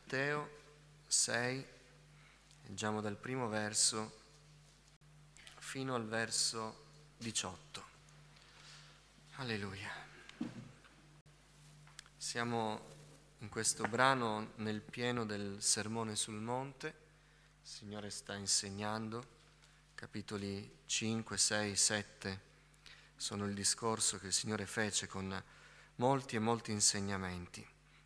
Matteo 6, leggiamo dal primo verso fino al verso 18. Alleluia. Siamo in questo brano nel pieno del Sermone sul Monte. Il Signore sta insegnando, capitoli 5, 6, 7 sono il discorso che il Signore fece con molti e molti insegnamenti.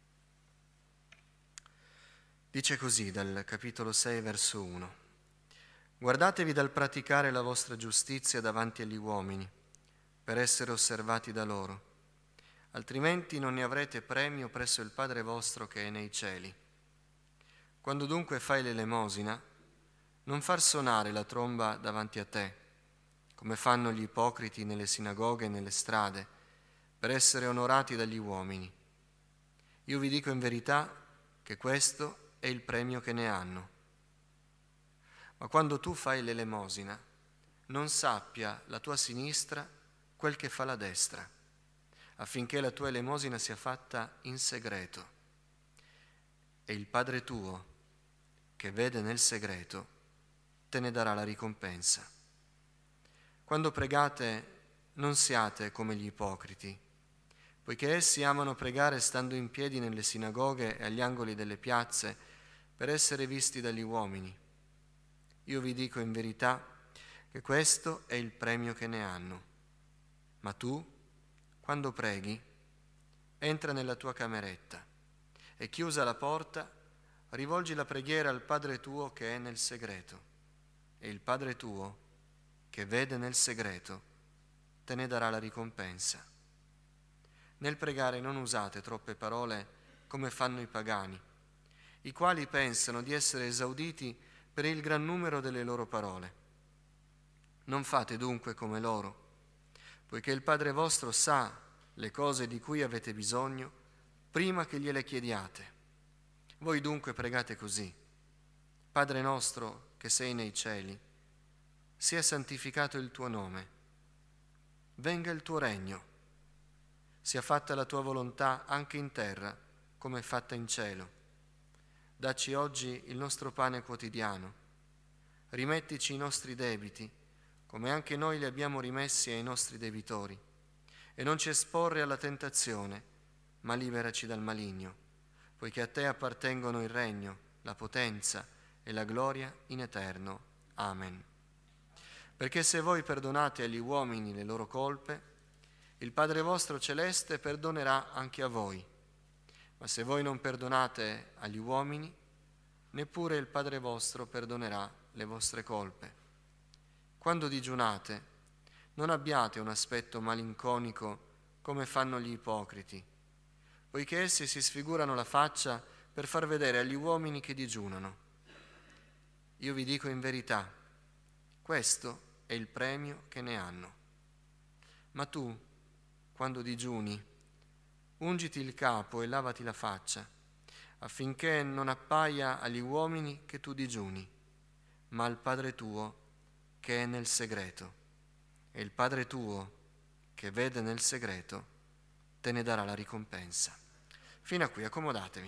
Dice così dal capitolo 6, verso 1. Guardatevi dal praticare la vostra giustizia davanti agli uomini, per essere osservati da loro, altrimenti non ne avrete premio presso il Padre vostro che è nei cieli. Quando dunque fai l'elemosina, non far suonare la tromba davanti a te, come fanno gli ipocriti nelle sinagoghe e nelle strade, per essere onorati dagli uomini. Io vi dico in verità che questo è il premio che ne hanno. Ma quando tu fai l'elemosina, non sappia la tua sinistra quel che fa la destra, affinché la tua elemosina sia fatta in segreto. E il Padre tuo, che vede nel segreto, te ne darà la ricompensa. Quando pregate, non siate come gli ipocriti, poiché essi amano pregare stando in piedi nelle sinagoghe e agli angoli delle piazze per essere visti dagli uomini. Io vi dico in verità che questo è il premio che ne hanno. Ma tu, quando preghi, entra nella tua cameretta e chiusa la porta, rivolgi la preghiera al Padre tuo che è nel segreto, e il Padre tuo, che vede nel segreto, te ne darà la ricompensa. Nel pregare non usate troppe parole come fanno i pagani, i quali pensano di essere esauditi per il gran numero delle loro parole. Non fate dunque come loro, poiché il Padre vostro sa le cose di cui avete bisogno prima che gliele chiediate. Voi dunque pregate così: Padre nostro che sei nei cieli, sia santificato il tuo nome, venga il tuo regno, sia fatta la tua volontà anche in terra come è fatta in cielo. Dacci oggi il nostro pane quotidiano. Rimettici i nostri debiti, come anche noi li abbiamo rimessi ai nostri debitori. E non ci esporre alla tentazione, ma liberaci dal maligno, poiché a te appartengono il regno, la potenza e la gloria in eterno. Amen. Perché se voi perdonate agli uomini le loro colpe, il Padre vostro celeste perdonerà anche a voi. Ma se voi non perdonate agli uomini, neppure il Padre vostro perdonerà le vostre colpe. Quando digiunate, non abbiate un aspetto malinconico come fanno gli ipocriti, poiché essi si sfigurano la faccia per far vedere agli uomini che digiunano. Io vi dico in verità, questo è il premio che ne hanno. Ma tu, quando digiuni, ungiti il capo e lavati la faccia, affinché non appaia agli uomini che tu digiuni, ma al Padre tuo che è nel segreto. E il Padre tuo che vede nel segreto te ne darà la ricompensa. Fino a qui, accomodatevi.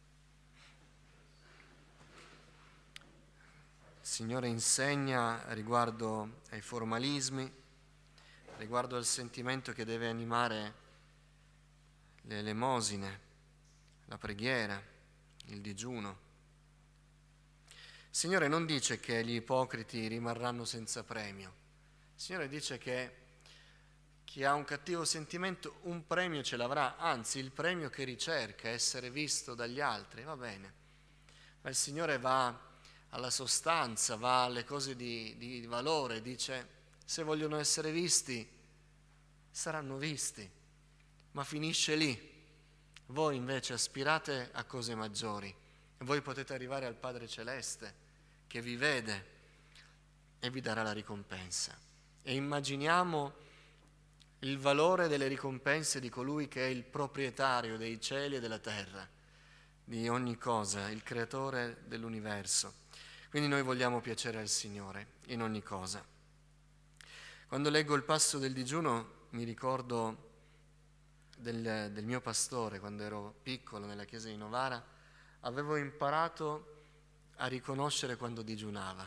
Il Signore insegna riguardo ai formalismi, riguardo al sentimento che deve animare le elemosine, la preghiera, il digiuno. Il Signore non dice che gli ipocriti rimarranno senza premio. Il Signore dice che chi ha un cattivo sentimento un premio ce l'avrà, anzi il premio che ricerca, essere visto dagli altri, va bene. Ma il Signore va alla sostanza, va alle cose di valore, dice: se vogliono essere visti, saranno visti, ma finisce lì. Voi invece aspirate a cose maggiori. Voi potete arrivare al Padre Celeste che vi vede e vi darà la ricompensa. E immaginiamo il valore delle ricompense di colui che è il proprietario dei cieli e della terra, di ogni cosa, il creatore dell'universo. Quindi noi vogliamo piacere al Signore in ogni cosa. Quando leggo il passo del digiuno mi ricordo del mio pastore quando ero piccolo nella chiesa di Novara. avevo imparato a riconoscere quando digiunava,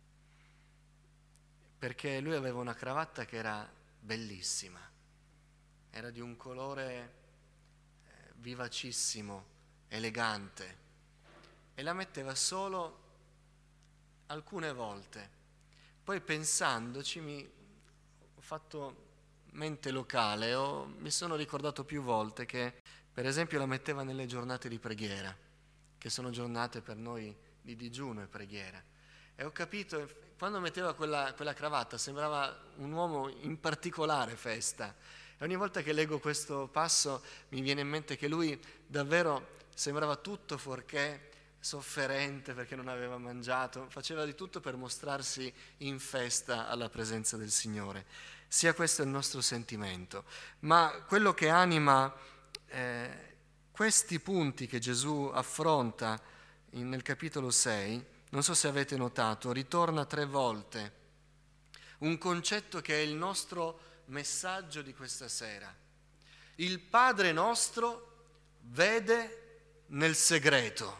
perché lui aveva una cravatta che era bellissima, era di un colore vivacissimo, elegante, e la metteva solo alcune volte. Poi pensandoci ho fatto mente locale, mi sono ricordato più volte che per esempio la metteva nelle giornate di preghiera, che sono giornate per noi di digiuno e preghiera, e ho capito, quando metteva quella cravatta sembrava un uomo in particolare festa, e ogni volta che leggo questo passo mi viene in mente che lui davvero sembrava tutto fuorché sofferente perché non aveva mangiato, faceva di tutto per mostrarsi in festa alla presenza del Signore. Sia questo il nostro sentimento, ma quello che anima questi punti che Gesù affronta nel capitolo 6, non so se avete notato, ritorna 3 volte un concetto che è il nostro messaggio di questa sera. Il Padre nostro vede nel segreto.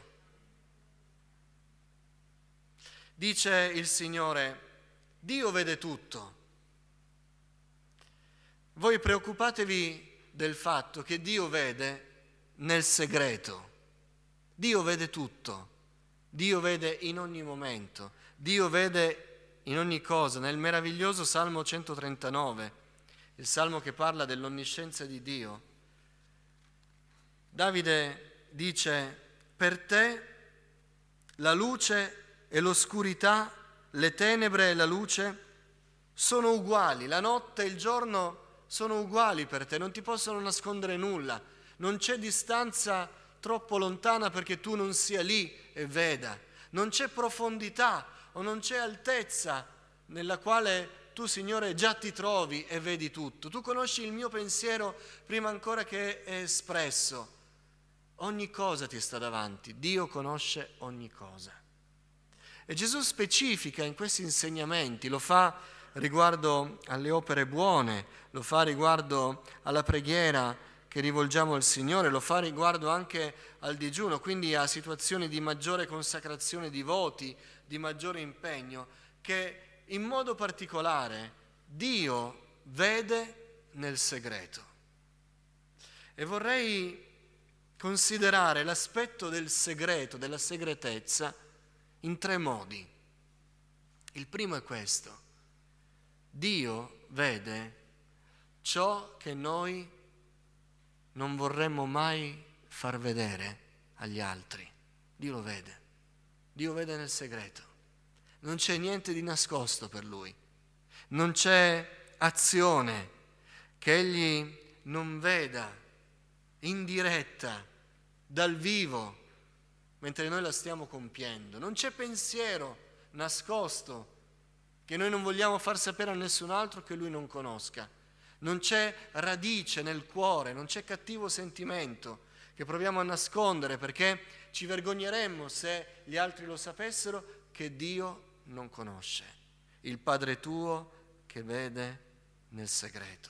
Dice il Signore, Dio vede tutto. Voi preoccupatevi del fatto che Dio vede nel segreto. Dio vede tutto. Dio vede in ogni momento. Dio vede in ogni cosa. Nel meraviglioso Salmo 139, il Salmo che parla dell'onniscienza di Dio, Davide dice, per te la luce e l'oscurità, le tenebre e la luce sono uguali, la notte e il giorno sono uguali per te, non ti possono nascondere nulla, non c'è distanza troppo lontana perché tu non sia lì e veda, non c'è profondità o non c'è altezza nella quale tu, Signore, già ti trovi e vedi tutto. Tu conosci il mio pensiero prima ancora che è espresso. Ogni cosa ti sta davanti, Dio conosce ogni cosa. E Gesù specifica in questi insegnamenti, lo fa riguardo alle opere buone, lo fa riguardo alla preghiera che rivolgiamo al Signore, lo fa riguardo anche al digiuno, quindi a situazioni di maggiore consacrazione di voti, di maggiore impegno, che in modo particolare Dio vede nel segreto. E vorrei considerare l'aspetto del segreto, della segretezza, in 3 modi. Il primo è questo: Dio vede ciò che noi non vorremmo mai far vedere agli altri. Dio lo vede. Dio vede nel segreto. Non c'è niente di nascosto per Lui. Non c'è azione che Egli non veda in diretta, dal vivo, mentre noi la stiamo compiendo. Non c'è pensiero nascosto che noi non vogliamo far sapere a nessun altro che Lui non conosca. Non c'è radice nel cuore, non c'è cattivo sentimento che proviamo a nascondere perché ci vergogneremmo se gli altri lo sapessero che Dio non conosce. Il Padre tuo che vede nel segreto.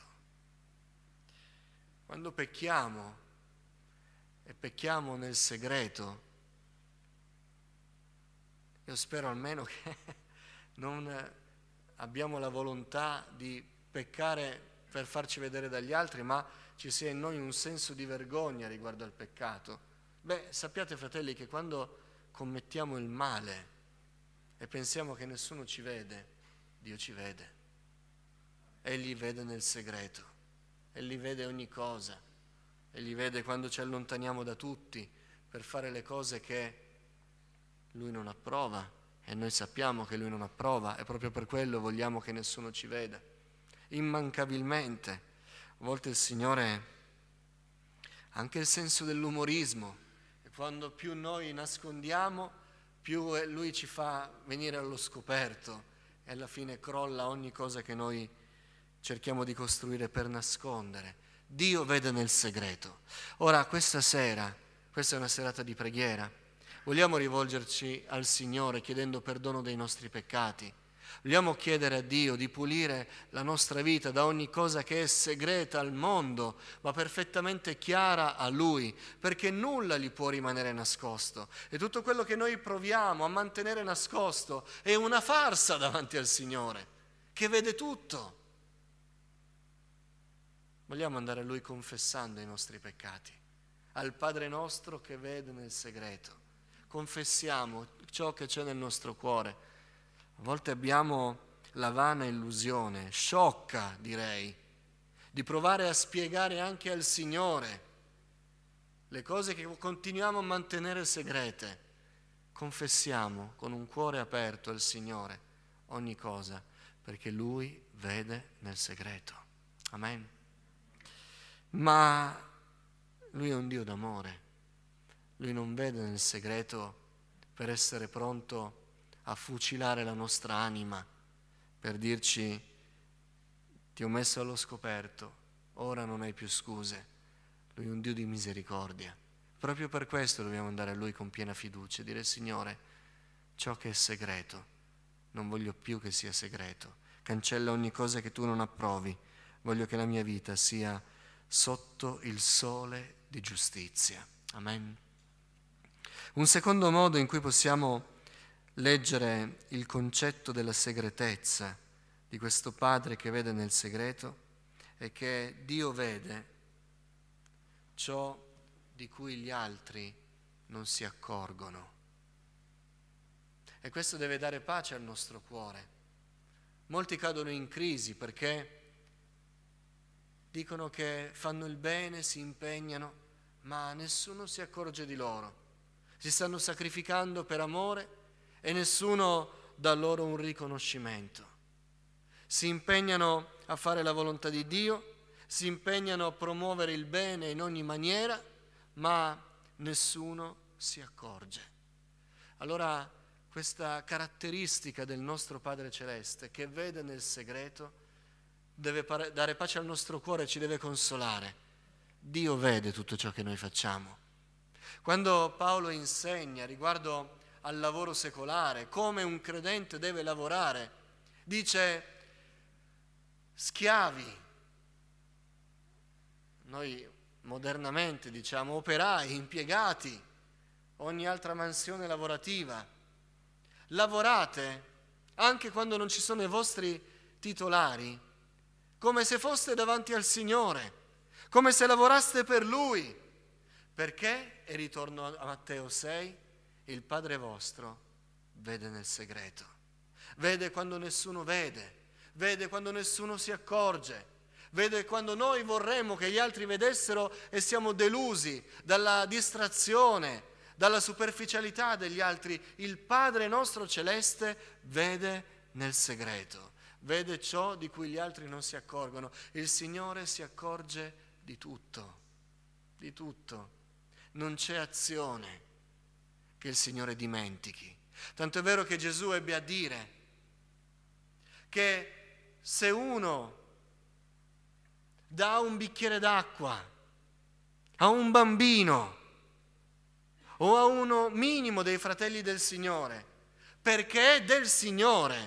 Quando pecchiamo e pecchiamo nel segreto, io spero almeno che non abbiamo la volontà di peccare per farci vedere dagli altri, ma ci sia in noi un senso di vergogna riguardo al peccato. Sappiate, fratelli, che quando commettiamo il male e pensiamo che nessuno ci vede, Dio ci vede. Egli vede nel segreto, Egli vede ogni cosa, Egli vede quando ci allontaniamo da tutti per fare le cose che Lui non approva, e noi sappiamo che Lui non approva e proprio per quello vogliamo che nessuno ci veda. Immancabilmente, a volte il Signore ha anche il senso dell'umorismo, e quando più noi nascondiamo, più Lui ci fa venire allo scoperto e alla fine crolla ogni cosa che noi cerchiamo di costruire per nascondere. Dio vede nel segreto. Ora, questa sera, questa è una serata di preghiera, vogliamo rivolgerci al Signore chiedendo perdono dei nostri peccati, Vogliamo chiedere a Dio di pulire la nostra vita da ogni cosa che è segreta al mondo, ma perfettamente chiara a Lui, perché nulla gli può rimanere nascosto. E tutto quello che noi proviamo a mantenere nascosto è una farsa davanti al Signore, che vede tutto. Vogliamo andare a Lui confessando i nostri peccati, al Padre nostro che vede nel segreto. Confessiamo ciò che c'è nel nostro cuore. A volte abbiamo la vana illusione, sciocca direi, di provare a spiegare anche al Signore le cose che continuiamo a mantenere segrete. Confessiamo con un cuore aperto al Signore ogni cosa, perché Lui vede nel segreto. Amen. Ma Lui è un Dio d'amore. Lui non vede nel segreto per essere pronto a fucilare la nostra anima, per dirci: ti ho messo allo scoperto, ora non hai più scuse. Lui è un Dio di misericordia. Proprio per questo dobbiamo andare a Lui con piena fiducia e dire: Signore, ciò che è segreto, non voglio più che sia segreto. Cancella ogni cosa che tu non approvi. Voglio che la mia vita sia sotto il sole di giustizia. Amen. Un secondo modo in cui possiamo leggere il concetto della segretezza di questo Padre che vede nel segreto è che Dio vede ciò di cui gli altri non si accorgono. E questo deve dare pace al nostro cuore. Molti cadono in crisi perché dicono che fanno il bene, si impegnano, ma nessuno si accorge di loro. Si stanno sacrificando per amore e nessuno dà loro un riconoscimento. Si impegnano a fare la volontà di Dio, si impegnano a promuovere il bene in ogni maniera, ma nessuno si accorge. Allora questa caratteristica del nostro Padre Celeste, che vede nel segreto, deve dare pace al nostro cuore e ci deve consolare. Dio vede tutto ciò che noi facciamo. Quando Paolo insegna riguardo al lavoro secolare, come un credente deve lavorare, dice: schiavi, noi modernamente diciamo operai, impiegati, ogni altra mansione lavorativa, lavorate anche quando non ci sono i vostri titolari, come se foste davanti al Signore, come se lavoraste per Lui, perché, e ritorno a Matteo 6, il Padre vostro vede nel segreto, vede quando nessuno vede quando nessuno si accorge, vede quando noi vorremmo che gli altri vedessero e siamo delusi dalla distrazione, dalla superficialità degli altri. Il Padre nostro Celeste vede nel segreto, vede ciò di cui gli altri non si accorgono. Il Signore si accorge di tutto, di tutto. Non c'è azione che il Signore dimentichi. Tanto è vero che Gesù ebbe a dire che se uno dà un bicchiere d'acqua a un bambino o a uno minimo dei fratelli del Signore, perché è del Signore,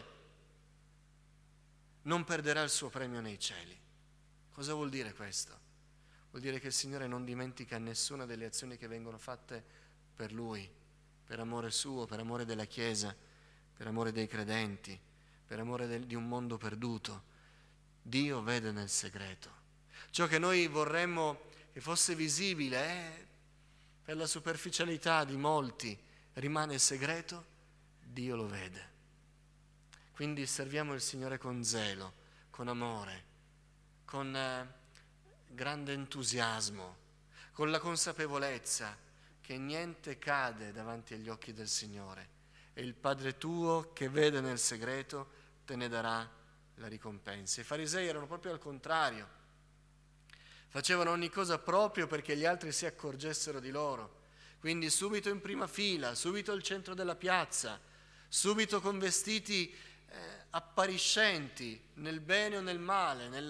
non perderà il suo premio nei cieli. Cosa vuol dire questo? Vuol dire che il Signore non dimentica nessuna delle azioni che vengono fatte per Lui, per amore suo, per amore della Chiesa, per amore dei credenti, per amore di un mondo perduto. Dio vede nel segreto. Ciò che noi vorremmo che fosse visibile, per la superficialità di molti, rimane segreto, Dio lo vede. Quindi serviamo il Signore con zelo, con amore, con grande entusiasmo, con la consapevolezza che niente cade davanti agli occhi del Signore e il Padre tuo che vede nel segreto te ne darà la ricompensa. I farisei erano proprio al contrario, facevano ogni cosa proprio perché gli altri si accorgessero di loro, quindi subito in prima fila, subito al centro della piazza, subito con vestiti appariscenti nel bene o nel male, nella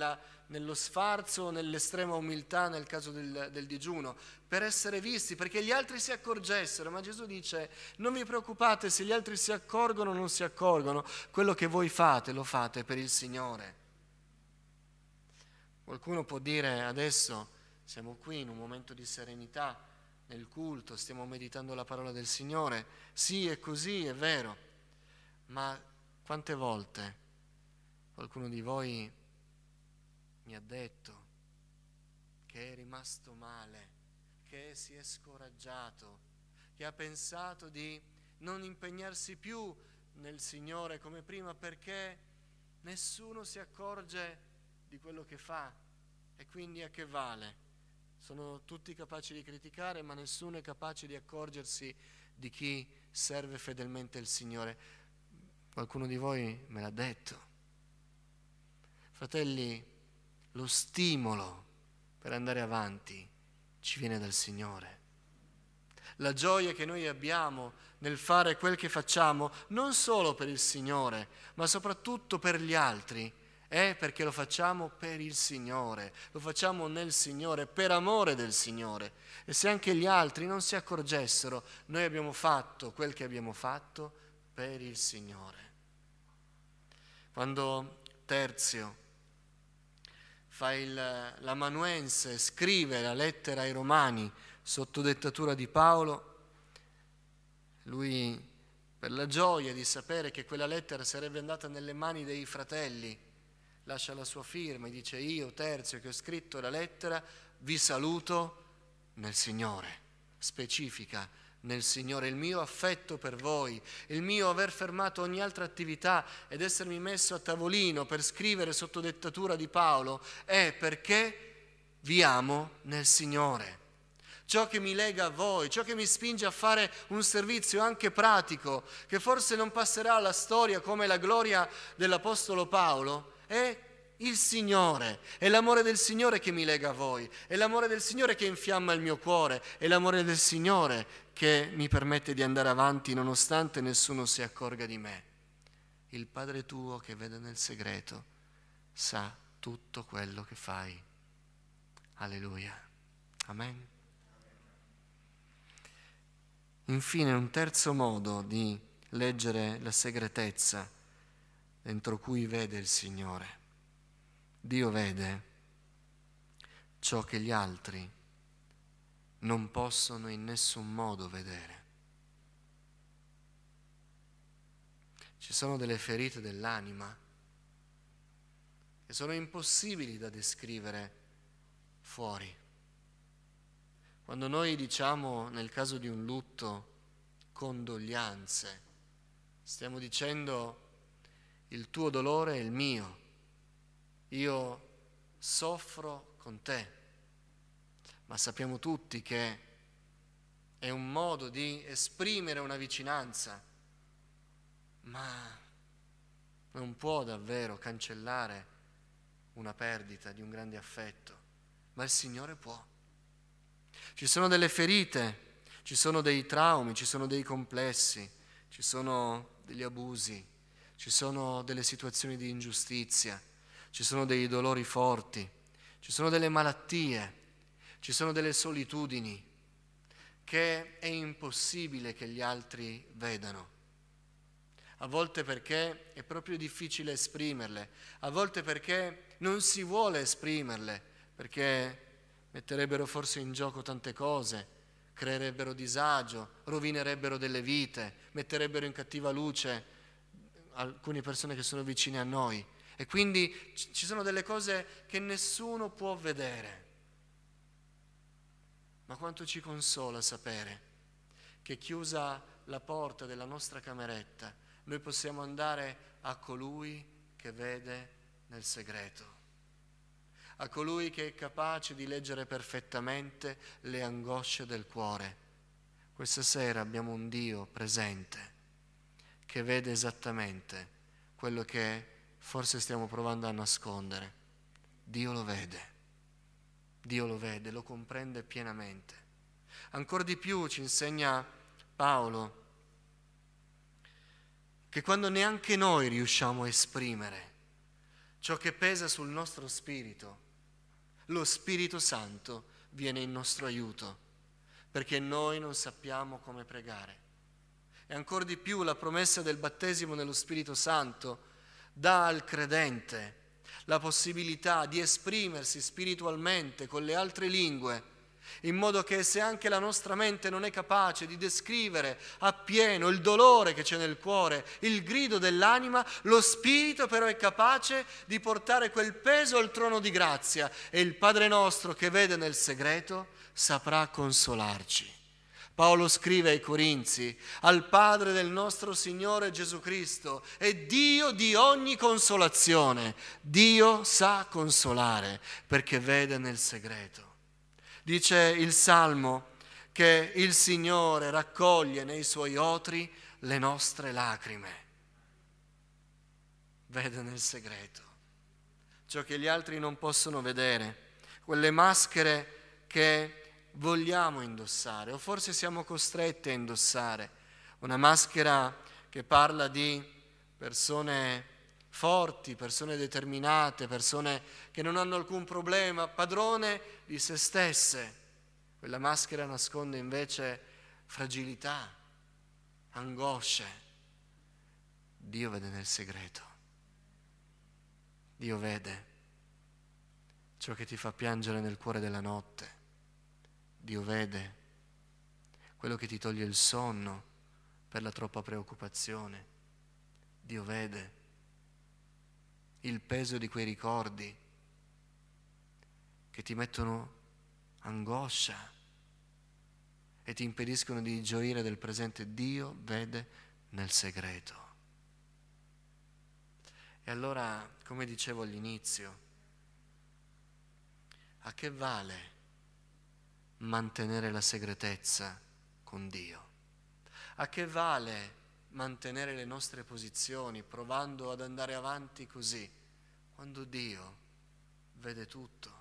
nello sfarzo, nell'estrema umiltà nel caso del digiuno, per essere visti, perché gli altri si accorgessero. Ma Gesù dice: non vi preoccupate se gli altri si accorgono o non si accorgono, quello che voi fate lo fate per il Signore. Qualcuno può dire: adesso siamo qui in un momento di serenità, nel culto, stiamo meditando la parola del Signore. Sì, è così, è vero, ma quante volte qualcuno di voi mi ha detto che è rimasto male, che si è scoraggiato, che ha pensato di non impegnarsi più nel Signore come prima perché nessuno si accorge di quello che fa e quindi a che vale? Sono tutti capaci di criticare, ma nessuno è capace di accorgersi di chi serve fedelmente il Signore. Qualcuno di voi me l'ha detto. Fratelli, lo stimolo per andare avanti ci viene dal Signore. La gioia che noi abbiamo nel fare quel che facciamo, non solo per il Signore, ma soprattutto per gli altri, è perché lo facciamo per il Signore, lo facciamo nel Signore, per amore del Signore. E se anche gli altri non si accorgessero, noi abbiamo fatto quel che abbiamo fatto per il Signore. Quando Terzio fa l'amanuense, scrive la lettera ai Romani sotto dettatura di Paolo, lui, per la gioia di sapere che quella lettera sarebbe andata nelle mani dei fratelli, lascia la sua firma e dice: io, Terzio, che ho scritto la lettera, vi saluto nel Signore. Specifica: nel Signore. Il mio affetto per voi, il mio aver fermato ogni altra attività ed essermi messo a tavolino per scrivere sotto dettatura di Paolo è perché vi amo nel Signore. Ciò che mi lega a voi, ciò che mi spinge a fare un servizio anche pratico, che forse non passerà alla storia come la gloria dell'Apostolo Paolo, è il Signore, è l'amore del Signore che mi lega a voi, è l'amore del Signore che infiamma il mio cuore, è l'amore del Signore che mi permette di andare avanti nonostante nessuno si accorga di me. Il Padre tuo che vede nel segreto sa tutto quello che fai. Alleluia. Amen. Infine, un terzo modo di leggere la segretezza dentro cui vede il Signore. Dio vede ciò che gli altri non possono in nessun modo vedere. Ci sono delle ferite dell'anima che sono impossibili da descrivere fuori. Quando noi diciamo, nel caso di un lutto, condoglianze, stiamo dicendo: il tuo dolore è il mio, io soffro con te, ma sappiamo tutti che è un modo di esprimere una vicinanza, ma non può davvero cancellare una perdita di un grande affetto, ma il Signore può. Ci sono delle ferite, ci sono dei traumi, ci sono dei complessi, ci sono degli abusi, ci sono delle situazioni di ingiustizia, ci sono dei dolori forti, ci sono delle malattie, ci sono delle solitudini che è impossibile che gli altri vedano. A volte perché è proprio difficile esprimerle, a volte perché non si vuole esprimerle, perché metterebbero forse in gioco tante cose, creerebbero disagio, rovinerebbero delle vite, metterebbero in cattiva luce alcune persone che sono vicine a noi. E quindi ci sono delle cose che nessuno può vedere. Ma quanto ci consola sapere che, chiusa la porta della nostra cameretta, noi possiamo andare a colui che vede nel segreto, a colui che è capace di leggere perfettamente le angosce del cuore. Questa sera abbiamo un Dio presente che vede esattamente quello che forse stiamo provando a nascondere. Dio lo vede, lo comprende pienamente. Ancora di più ci insegna Paolo che quando neanche noi riusciamo a esprimere ciò che pesa sul nostro spirito, lo Spirito Santo viene in nostro aiuto, perché noi non sappiamo come pregare. E ancor di più la promessa del battesimo nello Spirito Santo dà al credente la possibilità di esprimersi spiritualmente con le altre lingue, in modo che se anche la nostra mente non è capace di descrivere appieno il dolore che c'è nel cuore, il grido dell'anima, lo Spirito però è capace di portare quel peso al trono di grazia e il Padre nostro che vede nel segreto saprà consolarci. Paolo scrive ai Corinzi: al Padre del nostro Signore Gesù Cristo è Dio di ogni consolazione. Dio sa consolare perché vede nel segreto. Dice il Salmo che il Signore raccoglie nei suoi otri le nostre lacrime. Vede nel segreto ciò che gli altri non possono vedere, quelle maschere che vogliamo indossare o forse siamo costretti a indossare, una maschera che parla di persone forti, persone determinate, persone che non hanno alcun problema, padrone di se stesse. Quella maschera nasconde invece fragilità, angosce. Dio vede nel segreto. Dio vede ciò che ti fa piangere nel cuore della notte. Dio vede quello che ti toglie il sonno per la troppa preoccupazione. Dio vede il peso di quei ricordi che ti mettono angoscia e ti impediscono di gioire del presente. Dio vede nel segreto. E allora, come dicevo all'inizio, a che vale mantenere la segretezza con Dio? A che vale mantenere le nostre posizioni provando ad andare avanti così, quando Dio vede tutto?